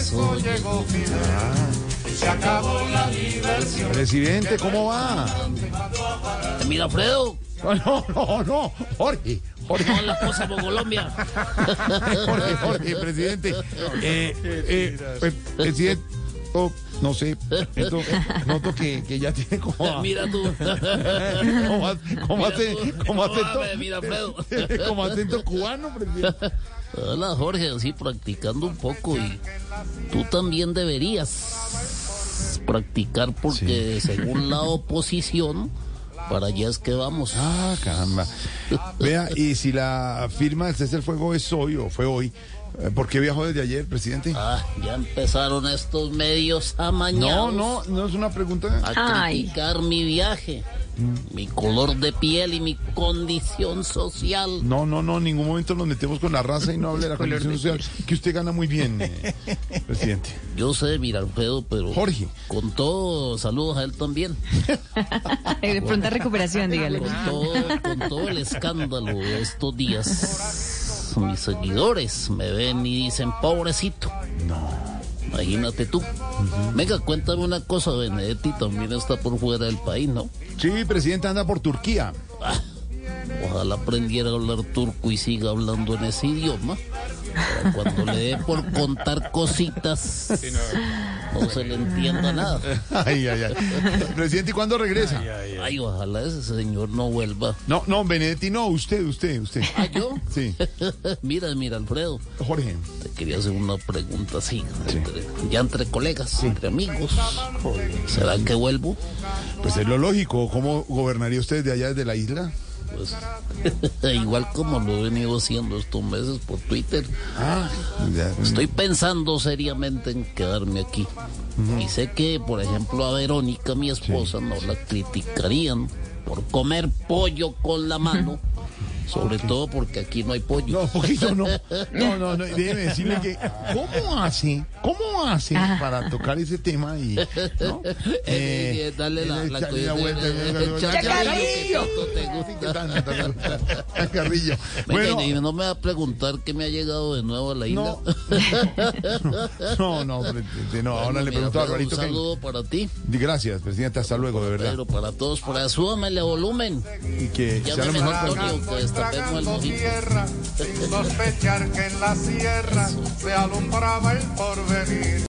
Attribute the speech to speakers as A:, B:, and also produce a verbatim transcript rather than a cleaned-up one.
A: eso llegó Fidel. Se acabó la diversión.
B: Presidente, ¿cómo va?
C: Mira, Alfredo.
B: No, no, no, Jorge. Jorge.
C: ¿Cómo la cosa por Colombia?
B: Jorge, Jorge, presidente. Eh, eh, eh, presidente, oh, no sé, esto, noto que, que ya tiene como...
C: Mira tú.
B: Como, como, hace, como acento...
C: Mira, Alfredo.
B: Como acento cubano, presidente.
C: Hola, Jorge, así practicando un poco y tú también deberías practicar porque sí. Según la oposición, para allá es que vamos.
B: Ah, caramba. Vea, y si la firma del cese al fuego es hoy o fue hoy, ¿por qué viajó desde ayer, presidente?
C: Ah, ya empezaron estos medios amañados.
B: No, no, no es una pregunta.
C: A criticar Ay. mi viaje. Mi color de piel y mi condición social.
B: No, no, no, en ningún momento nos metemos con la raza y no hable de la condición social, que usted gana muy bien, eh, presidente.
C: Yo sé, mira, Alfredo, pero
B: Jorge,
C: con todo, saludos a él también.
D: De pronta recuperación, dígale.
C: Con todo, con todo el escándalo de estos días, mis seguidores me ven y dicen, pobrecito.
B: No.
C: Imagínate tú. Uh-huh. Venga, cuéntame una cosa, Benedetti también está por fuera del país, ¿no?
B: Sí, presidente, anda por Turquía.
C: Ah, ojalá aprendiera a hablar turco y siga hablando en ese idioma. Para cuando le dé por contar cositas, sí, no, no se le entienda nada.
B: Ay, ay, ay. Presidente, ¿y cuándo regresa?
C: Ay, ay, ay. Ay, ojalá ese señor no vuelva.
B: No, no, Benedetti, no, usted, usted, usted.
C: ¿Ah, yo?
B: Sí.
C: Mira, mira, Alfredo.
B: Jorge.
C: Te quería hacer una pregunta así,
B: sí.
C: entre, ya entre colegas, sí. entre amigos. Joder. ¿Será que vuelvo?
B: Pues es lo lógico. ¿Cómo gobernaría usted de allá desde la isla?
C: Pues igual como lo he venido haciendo estos meses por Twitter.
B: Ah, ya,
C: estoy pensando seriamente en quedarme aquí. Uh-huh. Y sé que, por ejemplo, a Verónica, mi esposa, sí, no la criticarían por comer pollo con la mano. Sobre okay. todo porque aquí no hay pollo.
B: No, poquito no. No, no, no. Déjeme decirle que, ¿cómo hace? ¿Cómo hace ah. para tocar ese tema y, ¿no?
C: Eh, eh, darle la, la, la vuelta. El
D: chacarrillo.
B: Chacarrillo.
C: Bueno, y no me va a preguntar que me ha llegado de nuevo a la isla.
B: No, no, no, no, no ahora le pregunto a Alvarito.
C: Un saludo para ti.
B: Gracias, presidente. Hasta luego, de verdad.
C: Pero para todos, por ahí, súbamele volumen.
B: Y que
C: ya me mejor Antonio, que destapemos el mojito.
A: Sin sospechar que en la sierra se alumbraba el porvenir.